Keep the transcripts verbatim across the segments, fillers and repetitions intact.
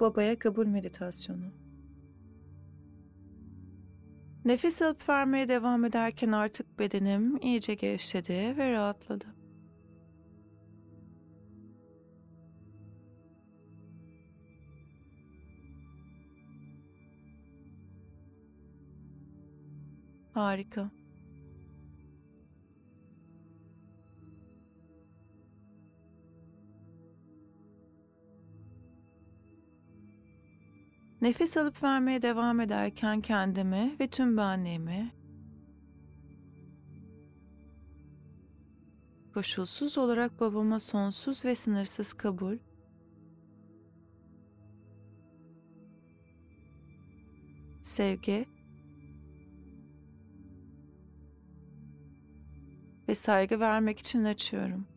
Babaya kabul meditasyonu. Nefes alıp vermeye devam ederken artık bedenim iyice gevşedi ve rahatladı. Harika. Nefes alıp vermeye devam ederken kendimi ve tüm benliğimi koşulsuz olarak babama sonsuz ve sınırsız kabul, sevgi ve saygı vermek için açıyorum.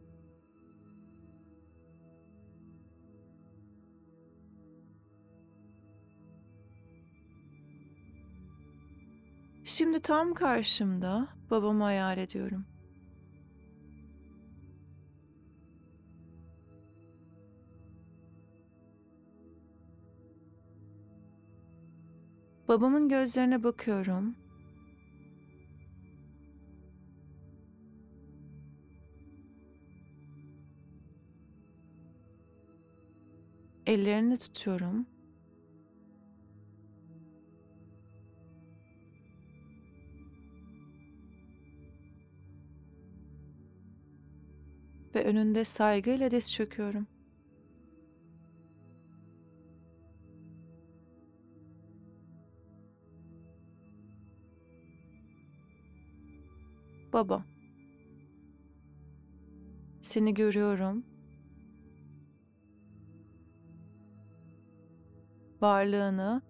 Şimdi tam karşımda babamı hayal ediyorum. Babamın gözlerine bakıyorum. Ellerini tutuyorum. Ve önünde saygıyla diz çöküyorum. Baba, seni görüyorum. Varlığını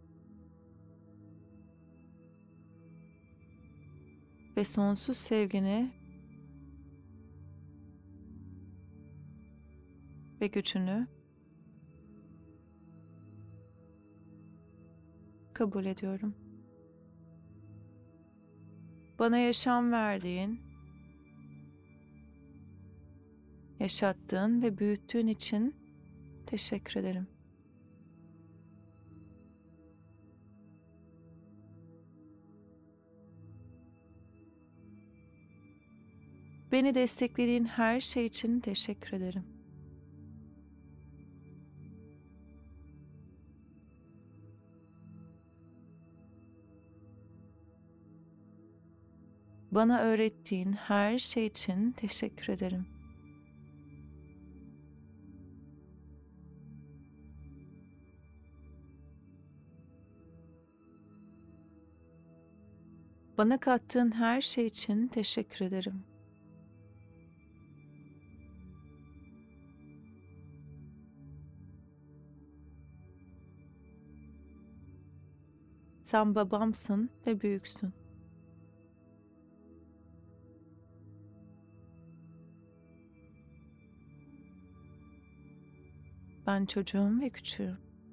ve sonsuz sevgini ve gücünü kabul ediyorum. Bana yaşam verdiğin, yaşattığın ve büyüttüğün için teşekkür ederim. Beni desteklediğin her şey için teşekkür ederim. Bana öğrettiğin her şey için teşekkür ederim. Bana kattığın her şey için teşekkür ederim. Sen babamsın ve büyüksün. Ben çocuğum ve küçüğüm.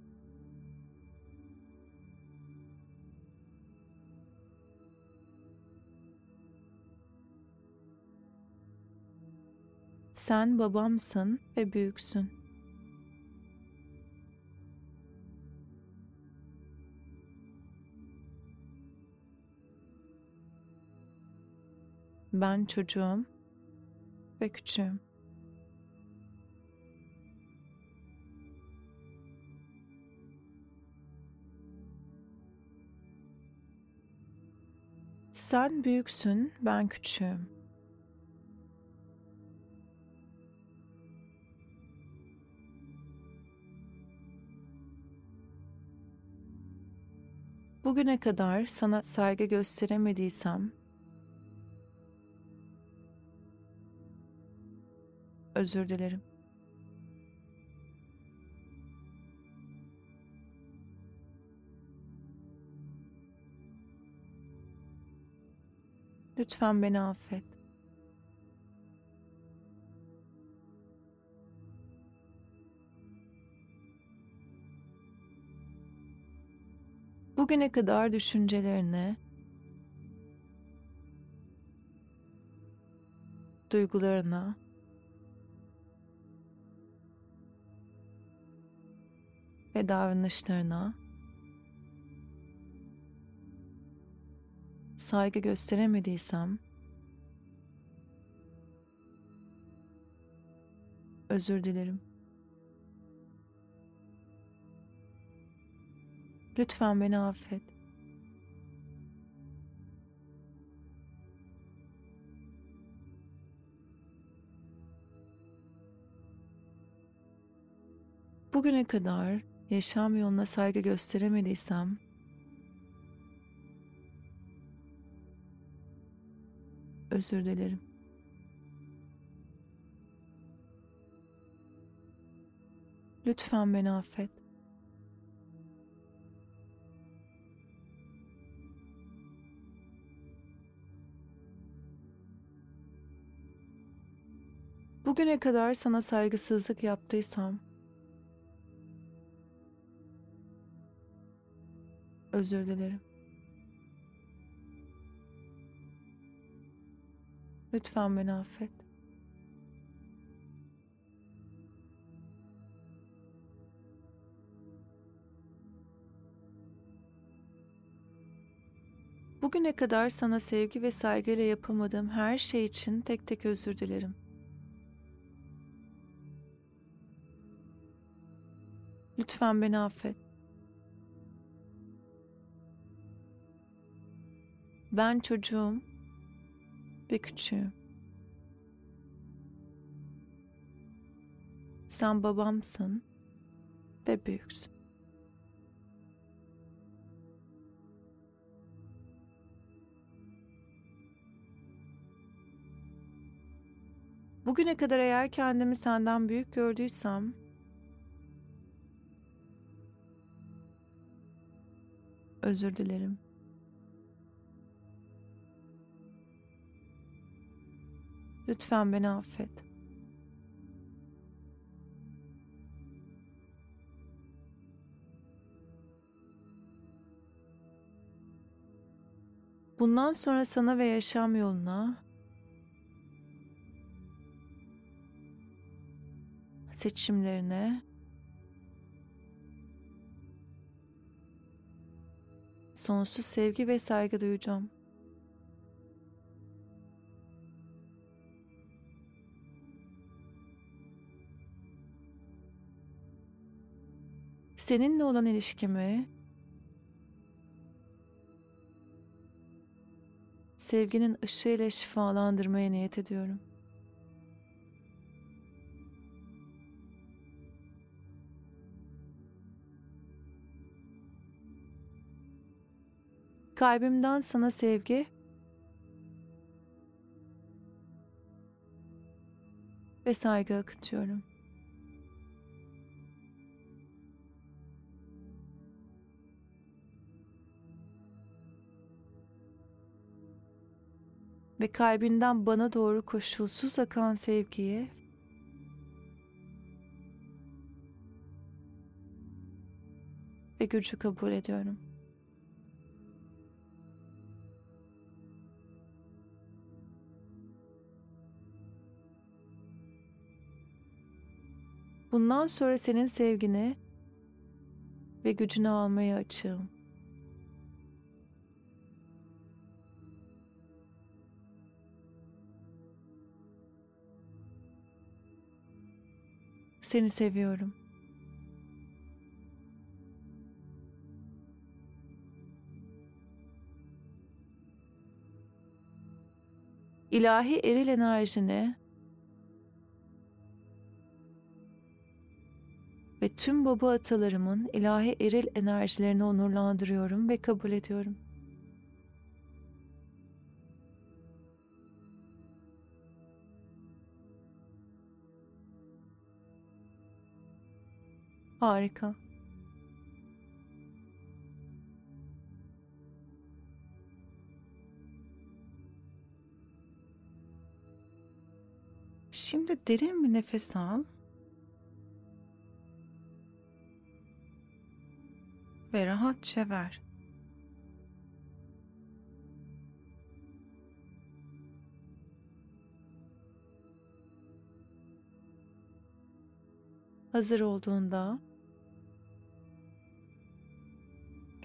Sen babamsın ve büyüksün. Ben çocuğum ve küçüğüm. Sen büyüksün, ben küçüğüm. Bugüne kadar sana saygı gösteremediysem, özür dilerim. Lütfen beni affet. Bugüne kadar düşüncelerine, duygularına ve davranışlarına saygı gösteremediysem özür dilerim. Lütfen beni affet. Bugüne kadar yaşam yoluna saygı gösteremediysem özür dilerim. Lütfen beni affet. Bugüne kadar sana saygısızlık yaptıysam özür dilerim. Lütfen beni affet. Bugüne kadar sana sevgi ve saygıyla yapamadığım her şey için tek tek özür dilerim. Lütfen beni affet. Ben çocuğum ve küçüğüm. Sen babamsın ve büyüksün. Bugüne kadar eğer kendimi senden büyük gördüysem özür dilerim. Lütfen beni affet. Bundan sonra sana ve yaşam yoluna, seçimlerine, sonsuz sevgi ve saygı duyacağım. Seninle olan ilişkimi sevginin ışığıyla şifalandırmaya niyet ediyorum. Kalbimden sana sevgi ve saygı akıtıyorum. Ve kalbinden bana doğru koşulsuz akan sevgiyi ve gücü kabul ediyorum. Bundan sonra senin sevgini ve gücünü almaya açığım. Seni seviyorum. İlahi eril enerjini ve tüm baba atalarımın ilahi eril enerjilerini onurlandırıyorum ve kabul ediyorum. Harika. Şimdi derin bir nefes al ve rahatça ver. Hazır olduğunda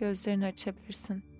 Gözlerini açabilirsin.